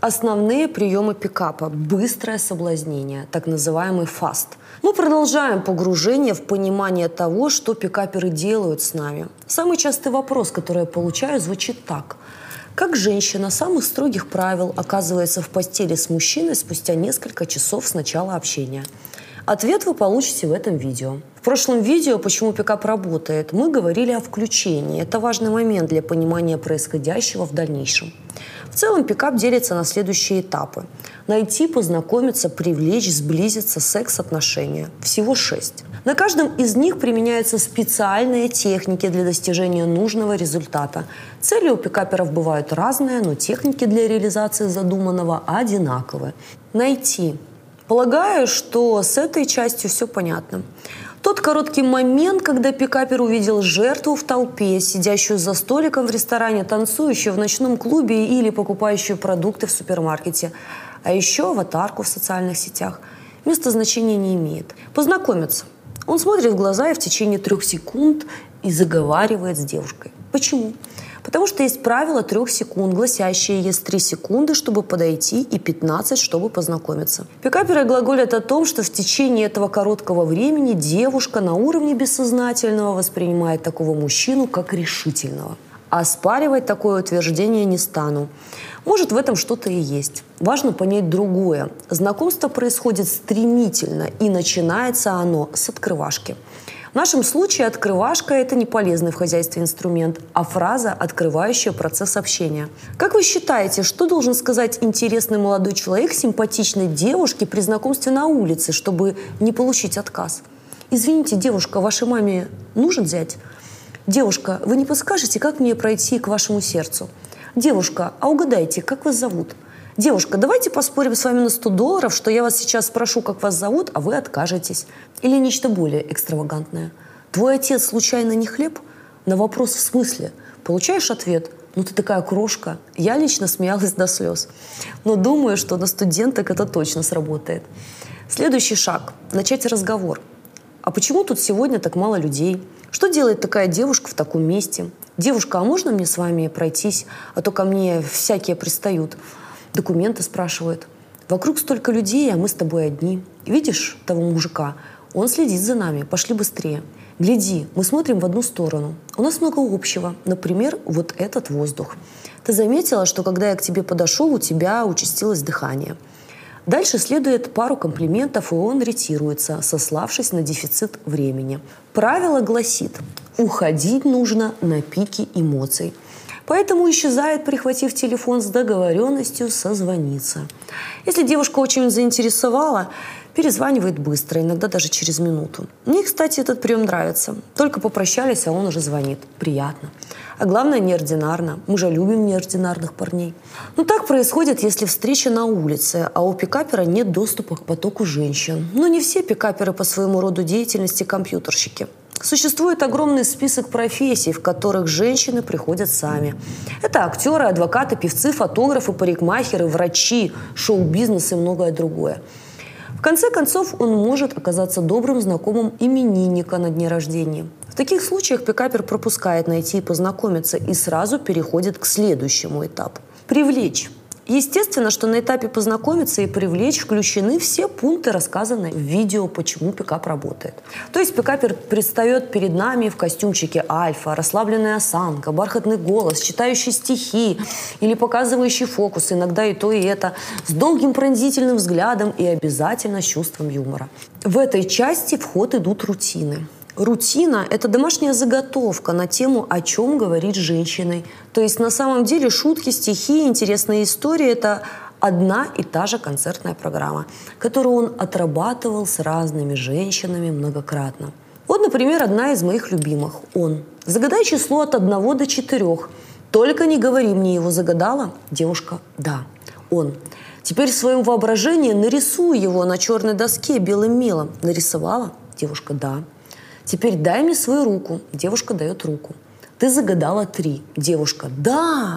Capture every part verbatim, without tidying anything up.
Основные приемы пикапа. Быстрое соблазнение, так называемый фаст. Мы продолжаем погружение в понимание того, что пикаперы делают с нами. Самый частый вопрос, который я получаю, звучит так. Как женщина самых строгих правил оказывается в постели с мужчиной спустя несколько часов с начала общения? Ответ вы получите в этом видео. В прошлом видео «Почему пикап работает» мы говорили о включении. Это важный момент для понимания происходящего в дальнейшем. В целом пикап делится на следующие этапы. Найти, познакомиться, привлечь, сблизиться, секс-отношения. Всего шесть. На каждом из них применяются специальные техники для достижения нужного результата. Цели у пикаперов бывают разные, но техники для реализации задуманного одинаковые. Найти. Полагаю, что с этой частью все понятно. Тот короткий момент, когда пикапер увидел жертву в толпе, сидящую за столиком в ресторане, танцующую в ночном клубе или покупающую продукты в супермаркете, а еще аватарку в социальных сетях, место значения не имеет. Познакомиться. Он смотрит в глаза и в течение трех секунд и заговаривает с девушкой. Почему? Потому что есть правило трех секунд, гласящее, есть три секунды, чтобы подойти, и пятнадцать, чтобы познакомиться. Пикаперы глаголят о том, что в течение этого короткого времени девушка на уровне бессознательного воспринимает такого мужчину как решительного. Оспаривать такое утверждение не стану. Может, в этом что-то и есть. Важно понять другое. Знакомство происходит стремительно, и начинается оно с открывашки. В нашем случае открывашка – это не полезный в хозяйстве инструмент, а фраза, открывающая процесс общения. Как вы считаете, что должен сказать интересный молодой человек симпатичной девушке при знакомстве на улице, чтобы не получить отказ? «Извините, девушка, вашей маме нужен зять?» «Девушка, вы не подскажете, как мне пройти к вашему сердцу?» «Девушка, а угадайте, как вас зовут?» «Девушка, давайте поспорим с вами на сто долларов, что я вас сейчас спрошу, как вас зовут, а вы откажетесь». Или нечто более экстравагантное. «Твой отец случайно не хлеб?» На вопрос «в смысле?» Получаешь ответ «ну ты такая крошка». Я лично смеялась до слез. Но думаю, что на студенток это точно сработает. Следующий шаг – начать разговор. «А почему тут сегодня так мало людей? Что делает такая девушка в таком месте? Девушка, а можно мне с вами пройтись? А то ко мне всякие пристают». Документы спрашивают. «Вокруг столько людей, а мы с тобой одни. Видишь того мужика? Он следит за нами. Пошли быстрее. Гляди, мы смотрим в одну сторону. У нас много общего. Например, вот этот воздух. Ты заметила, что когда я к тебе подошел, у тебя участилось дыхание?» Дальше следует пару комплиментов, и он ретируется, сославшись на дефицит времени. Правило гласит: уходить нужно на пике эмоций. Поэтому исчезает, прихватив телефон с договоренностью созвониться. Если девушка очень заинтересовала, перезванивает быстро, иногда даже через минуту. Мне, кстати, этот прием нравится. Только попрощались, а он уже звонит. Приятно. А главное, неординарно. Мы же любим неординарных парней. Ну, так происходит, если встреча на улице, а у пикапера нет доступа к потоку женщин. Но не все пикаперы по своему роду деятельности компьютерщики. Существует огромный список профессий, в которых женщины приходят сами. Это актеры, адвокаты, певцы, фотографы, парикмахеры, врачи, шоу-бизнес и многое другое. В конце концов, он может оказаться добрым знакомым именинника на дне рождения. В таких случаях пикапер пропускает найти и познакомиться и сразу переходит к следующему этапу – привлечь. Естественно, что на этапе познакомиться и привлечь включены все пункты, рассказанные в видео «Почему пикап работает». То есть пикапер предстает перед нами в костюмчике альфа, расслабленная осанка, бархатный голос, читающий стихи или показывающий фокус, иногда и то, и это, с долгим пронзительным взглядом и обязательно с чувством юмора. В этой части в ход идут рутины. Рутина – это домашняя заготовка на тему, о чем говорить с женщиной. То есть на самом деле шутки, стихи, интересные истории – это одна и та же концертная программа, которую он отрабатывал с разными женщинами многократно. Вот, например, одна из моих любимых – он. «Загадай число от одного до четырех. Только не говори мне, его загадала?» Девушка – «Да». Он. «Теперь в своем воображении нарисуй его на черной доске белым мелом». Нарисовала? Девушка – «Да». «Теперь дай мне свою руку». Девушка дает руку. «Ты загадала три». Девушка: «Да».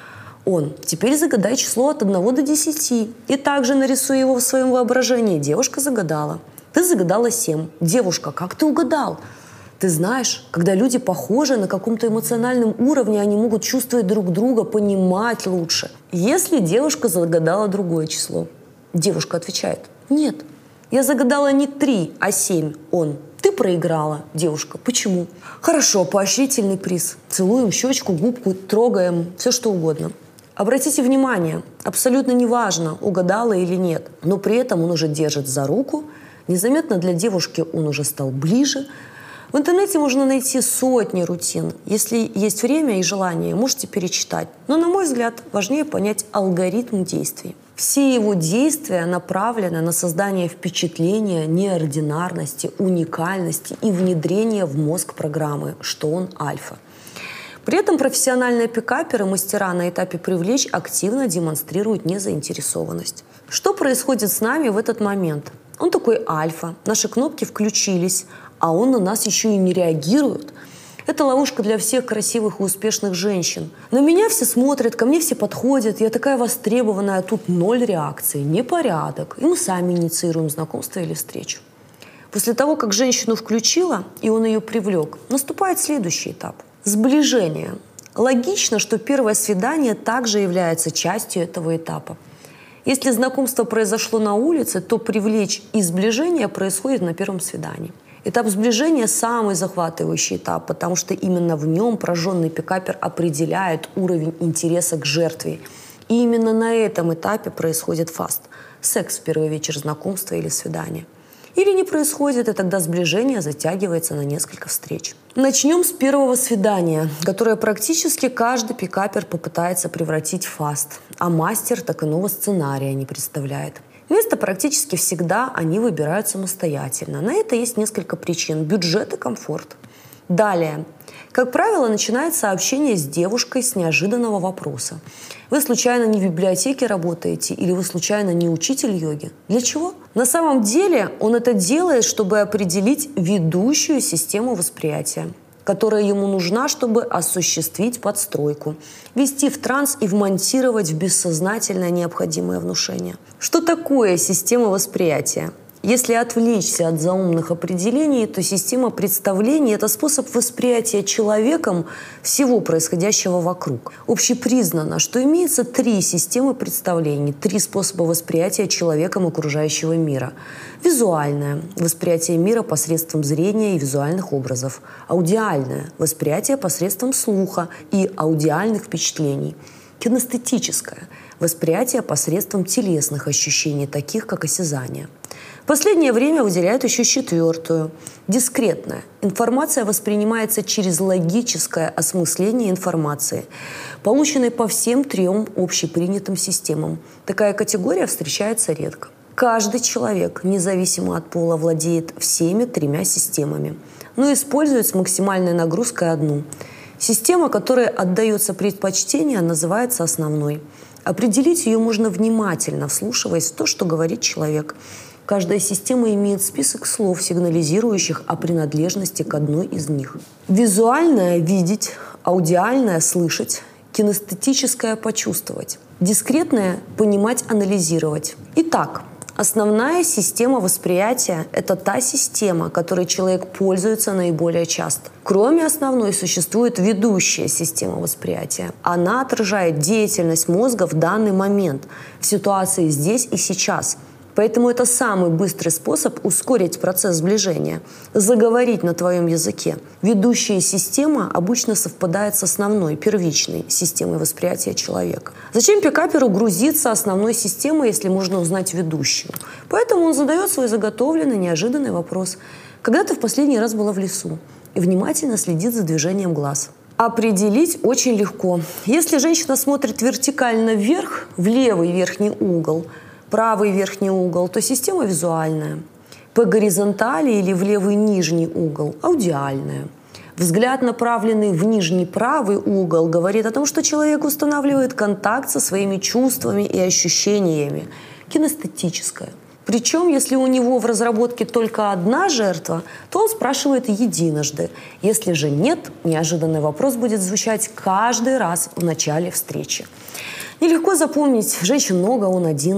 Он: «Теперь загадай число от одного до десяти. И также нарисуй его в своем воображении». Девушка загадала. «Ты загадала семь». Девушка: «Как ты угадал?» Ты знаешь, когда люди похожи на каком-то эмоциональном уровне, они могут чувствовать друг друга, понимать лучше. Если девушка загадала другое число, девушка отвечает: нет, я загадала не три, а семь, он. Ты проиграла, девушка. Почему? Хорошо, поощрительный приз. Целуем щечку, губку, трогаем, все что угодно. Обратите внимание, абсолютно неважно, угадала или нет, но при этом он уже держит за руку, незаметно для девушки он уже стал ближе. В интернете можно найти сотни рутин. Если есть время и желание, можете перечитать. Но, на мой взгляд, важнее понять алгоритм действий. Все его действия направлены на создание впечатления неординарности, уникальности и внедрение в мозг программы, что он альфа. При этом профессиональные пикаперы, мастера на этапе «привлечь» активно демонстрируют незаинтересованность. Что происходит с нами в этот момент? Он такой альфа, наши кнопки включились, а он на нас еще и не реагирует. Это ловушка для всех красивых и успешных женщин. На меня все смотрят, ко мне все подходят, я такая востребованная, а тут ноль реакции, непорядок. И мы сами инициируем знакомство или встречу. После того, как женщину включила, и он ее привлек, наступает следующий этап – сближение. Логично, что первое свидание также является частью этого этапа. Если знакомство произошло на улице, то привлечь и сближение происходит на первом свидании. Этап сближения – самый захватывающий этап, потому что именно в нем прожженный пикапер определяет уровень интереса к жертве. И именно на этом этапе происходит фаст – секс в первый вечер знакомства или свидания. Или не происходит, и тогда сближение затягивается на несколько встреч. Начнем с первого свидания, которое практически каждый пикапер попытается превратить в фаст, а мастер так иного сценария не представляет. Место практически всегда они выбирают самостоятельно. На это есть несколько причин – бюджет и комфорт. Далее. Как правило, начинается общение с девушкой с неожиданного вопроса. Вы случайно не в библиотеке работаете или вы случайно не учитель йоги? Для чего? На самом деле он это делает, чтобы определить ведущую систему восприятия, которая ему нужна, чтобы осуществить подстройку, ввести в транс и вмонтировать в бессознательное необходимое внушение. Что такое система восприятия? Если отвлечься от заумных определений, то система представлений – это способ восприятия человеком всего происходящего вокруг. Общепризнано, что имеется три системы представлений, три способа восприятия человеком окружающего мира. Визуальное – восприятие мира посредством зрения и визуальных образов. Аудиальное – восприятие посредством слуха и аудиальных впечатлений. Кинестетическое – восприятие посредством телесных ощущений, таких как осязание. В последнее время выделяют еще четвертую – дискретная. Информация воспринимается через логическое осмысление информации, полученной по всем трем общепринятым системам. Такая категория встречается редко. Каждый человек, независимо от пола, владеет всеми тремя системами, но использует с максимальной нагрузкой одну. Система, которой отдается предпочтение, называется основной. Определить ее можно внимательно, вслушиваясь в то, что говорит человек. Каждая система имеет список слов, сигнализирующих о принадлежности к одной из них. Визуальное – видеть, аудиальное – слышать, кинестетическое – почувствовать, дискретное – понимать, анализировать. Итак, основная система восприятия – это та система, которой человек пользуется наиболее часто. Кроме основной существует ведущая система восприятия. Она отражает деятельность мозга в данный момент, в ситуации здесь и сейчас. Поэтому это самый быстрый способ ускорить процесс сближения – заговорить на твоем языке. Ведущая система обычно совпадает с основной, первичной системой восприятия человека. Зачем пикаперу грузиться основной системой, если можно узнать ведущую? Поэтому он задает свой заготовленный, неожиданный вопрос. Когда ты в последний раз была в лесу? И внимательно следит за движением глаз. Определить очень легко. Если женщина смотрит вертикально вверх, в левый верхний угол, правый верхний угол, то система визуальная. По горизонтали или в левый нижний угол – аудиальная. Взгляд, направленный в нижний правый угол, говорит о том, что человек устанавливает контакт со своими чувствами и ощущениями – кинестетическая. Причем, если у него в разработке только одна жертва, то он спрашивает единожды. Если же нет, неожиданный вопрос будет звучать каждый раз в начале встречи. Нелегко запомнить, женщин много, он один.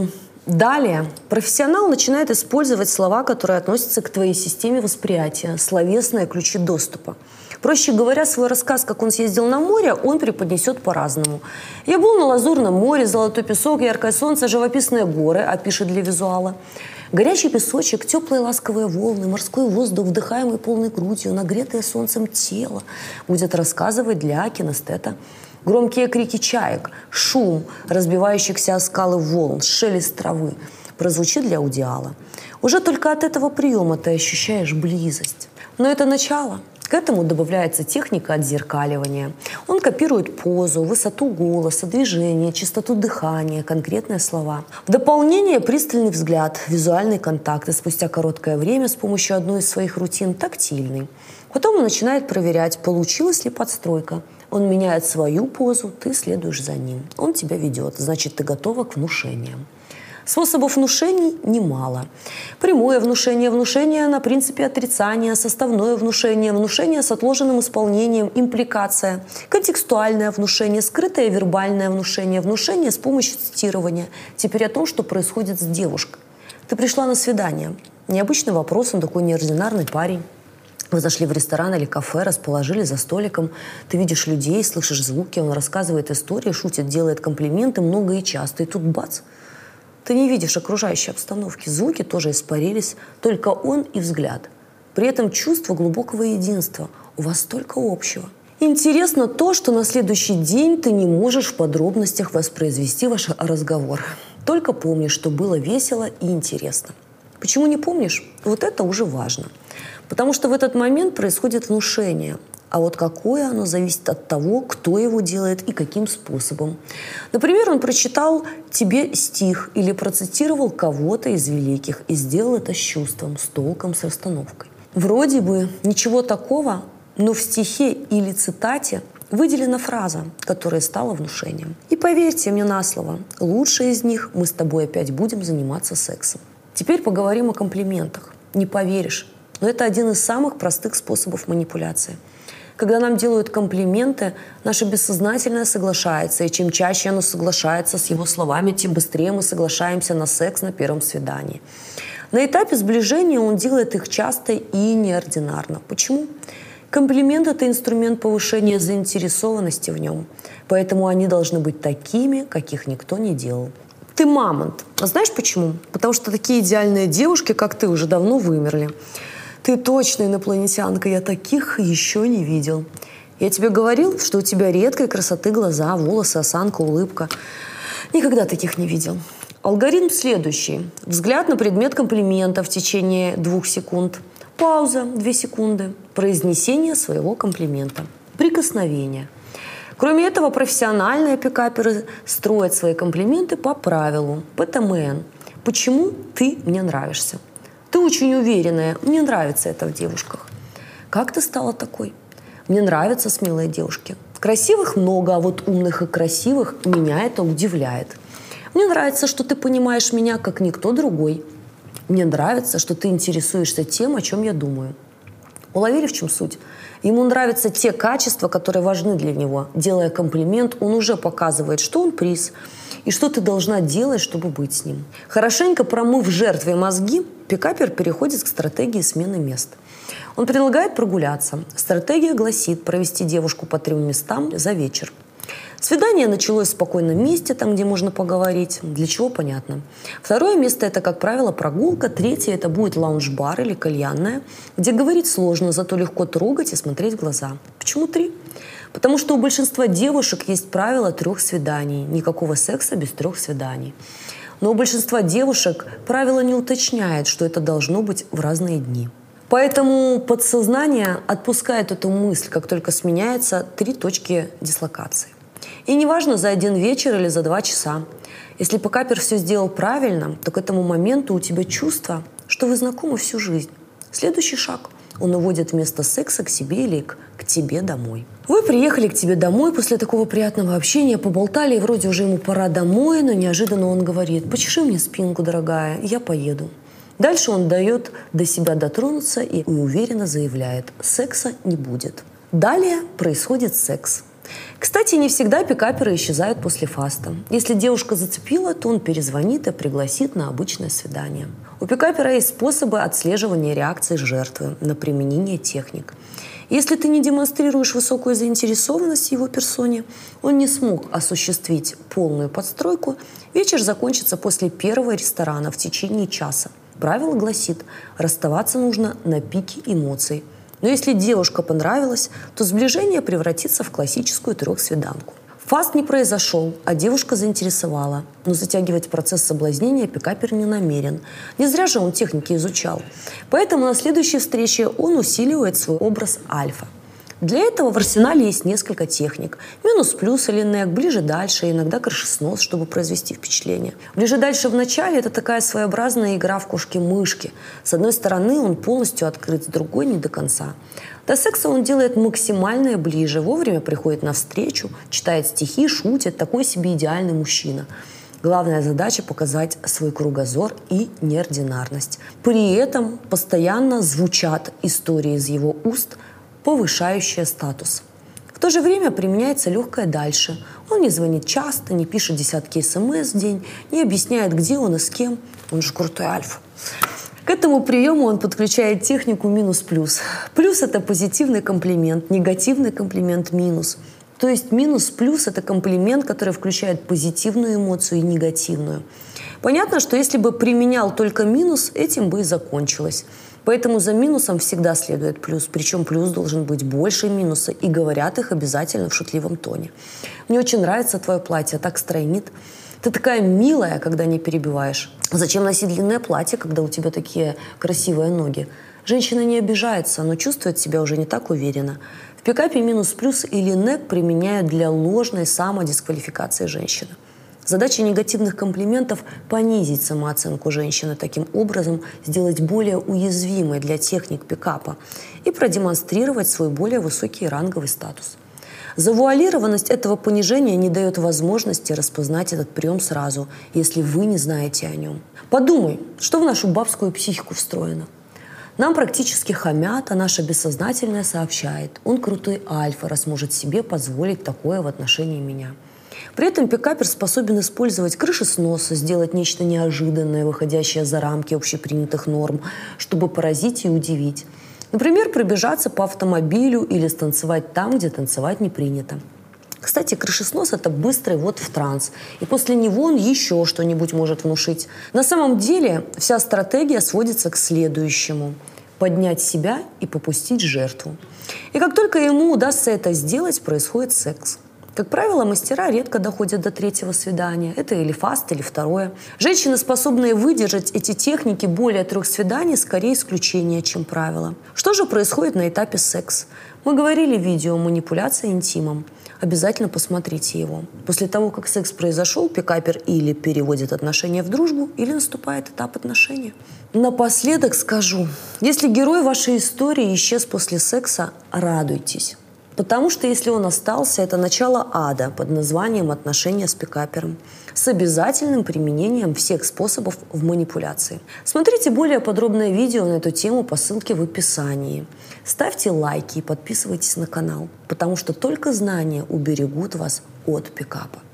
Далее профессионал начинает использовать слова, которые относятся к твоей системе восприятия, словесные ключи доступа. Проще говоря, свой рассказ, как он съездил на море, он преподнесет по-разному. «Я был на Лазурном море, золотой песок, яркое солнце, живописные горы», опишет для визуала. Горячий песочек, теплые ласковые волны, морской воздух, вдыхаемый полной грудью, нагретое солнцем тело будет рассказывать для кинестета. Громкие крики чаек, шум разбивающихся о скалы волн, шелест травы прозвучит для аудиала. Уже только от этого приема ты ощущаешь близость. Но это начало. К этому добавляется техника отзеркаливания. Он копирует позу, высоту голоса, движение, частоту дыхания, конкретные слова. В дополнение пристальный взгляд, визуальный контакт и спустя короткое время с помощью одной из своих рутин тактильный. Потом он начинает проверять, получилась ли подстройка. Он меняет свою позу, ты следуешь за ним. Он тебя ведет, значит, ты готова к внушениям. Способов внушений немало. Прямое внушение, внушение на принципе отрицания, составное внушение, внушение с отложенным исполнением, импликация, контекстуальное внушение, скрытое вербальное внушение, внушение с помощью цитирования. Теперь о том, что происходит с девушкой. Ты пришла на свидание. Необычный вопрос, он такой неординарный парень. Вы зашли в ресторан или кафе, расположились за столиком. Ты видишь людей, слышишь звуки, он рассказывает истории, шутит, делает комплименты много и часто. И тут бац! Ты не видишь окружающей обстановки. Звуки тоже испарились, только он и взгляд. При этом чувство глубокого единства. У вас столько общего. Интересно то, что на следующий день ты не можешь в подробностях воспроизвести ваш разговор. Только помнишь, что было весело и интересно. Почему не помнишь? Вот это уже важно. Потому что в этот момент происходит внушение. А вот какое оно зависит от того, кто его делает и каким способом. Например, он прочитал тебе стих или процитировал кого-то из великих и сделал это с чувством, с толком, с расстановкой. Вроде бы ничего такого, но в стихе или цитате выделена фраза, которая стала внушением. И поверьте мне на слово, лучшая из них мы с тобой опять будем заниматься сексом. Теперь поговорим о комплиментах. Не поверишь, но это один из самых простых способов манипуляции. Когда нам делают комплименты, наше бессознательное соглашается, и чем чаще оно соглашается с его словами, тем быстрее мы соглашаемся на секс на первом свидании. На этапе сближения он делает их часто и неординарно. Почему? Комплимент – это инструмент повышения заинтересованности в нем, поэтому они должны быть такими, каких никто не делал. Ты мамонт. А знаешь почему? Потому что такие идеальные девушки, как ты, уже давно вымерли. Ты точно инопланетянка, я таких еще не видел. Я тебе говорил, что у тебя редкой красоты глаза, волосы, осанка, улыбка. Никогда таких не видел. Алгоритм следующий. Взгляд на предмет комплимента в течение двух секунд. Пауза, две секунды. Произнесение своего комплимента. Прикосновение. Кроме этого, профессиональные пикаперы строят свои комплименты по правилу пэ тэ эм эн. Почему ты мне нравишься? Ты очень уверенная, мне нравится это в девушках. Как ты стала такой? Мне нравятся смелые девушки. Красивых много, а вот умных и красивых меня это удивляет. Мне нравится, что ты понимаешь меня, как никто другой. Мне нравится, что ты интересуешься тем, о чем я думаю. Уловили, в чем суть? Ему нравятся те качества, которые важны для него. Делая комплимент, он уже показывает, что он приз и что ты должна делать, чтобы быть с ним. Хорошенько промыв жертве мозги, пикапер переходит к стратегии смены мест. Он предлагает прогуляться. Стратегия гласит провести девушку по трем местам за вечер. Свидание началось в спокойном месте, там, где можно поговорить. Для чего, понятно. Второе место – это, как правило, прогулка. Третье – это будет лаунж-бар или кальянная, где говорить сложно, зато легко трогать и смотреть в глаза. Почему три? Потому что у большинства девушек есть правило трех свиданий. Никакого секса без трех свиданий. Но у большинства девушек правило не уточняет, что это должно быть в разные дни. Поэтому подсознание отпускает эту мысль, как только сменяются три точки дислокации. И неважно, за один вечер или за два часа. Если пикапер все сделал правильно, то к этому моменту у тебя чувство, что вы знакомы всю жизнь. Следующий шаг. Он уводит вместо секса к себе или к, к тебе домой. Вы приехали к тебе домой после такого приятного общения, поболтали, и вроде уже ему пора домой, но неожиданно он говорит: «Почеши мне спинку, дорогая, я поеду». Дальше он дает до себя дотронуться и уверенно заявляет: секса не будет. Далее происходит секс. Кстати, не всегда пикаперы исчезают после фаста. Если девушка зацепила, то он перезвонит и пригласит на обычное свидание. У пикапера есть способы отслеживания реакции жертвы на применение техник. Если ты не демонстрируешь высокую заинтересованность в его персоне, он не смог осуществить полную подстройку, вечер закончится после первого ресторана в течение часа. Правило гласит, расставаться нужно на пике эмоций. Но если девушка понравилась, то сближение превратится в классическую трехсвиданку. Фаст не произошел, а девушка заинтересовала. Но затягивать процесс соблазнения пикапер не намерен. Не зря же он техники изучал. Поэтому на следующей встрече он усиливает свой образ альфа. Для этого в арсенале есть несколько техник. Минус-плюс или нек, ближе-дальше, иногда крышеснос, чтобы произвести впечатление. Ближе-дальше в начале – это такая своеобразная игра в кошки-мышки. С одной стороны он полностью открыт, с другой – не до конца. До секса он делает максимально ближе, вовремя приходит навстречу, читает стихи, шутит, такой себе идеальный мужчина. Главная задача – показать свой кругозор и неординарность. При этом постоянно звучат истории из его уст, повышающие статус. В то же время применяется легкое дальше. Он не звонит часто, не пишет десятки смс в день, не объясняет, где он и с кем. Он же крутой альфа. К этому приему он подключает технику минус-плюс. Плюс – это позитивный комплимент, негативный комплимент – минус. То есть минус-плюс – это комплимент, который включает позитивную эмоцию и негативную. Понятно, что если бы применял только минус, этим бы и закончилось. Поэтому за минусом всегда следует плюс, причем плюс должен быть больше минуса, и говорят их обязательно в шутливом тоне. Мне очень нравится твое платье, так стройнит. Ты такая милая, когда не перебиваешь. Зачем носить длинное платье, когда у тебя такие красивые ноги? Женщина не обижается, но чувствует себя уже не так уверенно. В пикапе минус-плюс или нек применяют для ложной самодисквалификации женщины. Задача негативных комплиментов – понизить самооценку женщины, таким образом сделать более уязвимой для техник пикапа и продемонстрировать свой более высокий ранговый статус. Завуалированность этого понижения не дает возможности распознать этот прием сразу, если вы не знаете о нем. Подумай, что в нашу бабскую психику встроено. Нам практически хамят, а наше бессознательное сообщает: он крутой альфа, раз может себе позволить такое в отношении меня. При этом пикапер способен использовать крышесноса, сделать нечто неожиданное, выходящее за рамки общепринятых норм, чтобы поразить и удивить. Например, пробежаться по автомобилю или станцевать там, где танцевать не принято. Кстати, крышеснос – это быстрый ввод в транс, и после него он еще что-нибудь может внушить. На самом деле вся стратегия сводится к следующему – поднять себя и попустить жертву. И как только ему удастся это сделать, происходит секс. Как правило, мастера редко доходят до третьего свидания. Это или фаст, или второе. Женщины, способные выдержать эти техники более трех свиданий, скорее исключение, чем правило. Что же происходит на этапе секс? Мы говорили в видео «Манипуляция интимом». Обязательно посмотрите его. После того, как секс произошел, пикапер или переводит отношения в дружбу, или наступает этап отношений. Напоследок скажу, если герой вашей истории исчез после секса, радуйтесь. Потому что если он остался, это начало ада под названием «Отношения с пикапером» с обязательным применением всех способов в манипуляции. Смотрите более подробное видео на эту тему по ссылке в описании. Ставьте лайки и подписывайтесь на канал, потому что только знания уберегут вас от пикапа.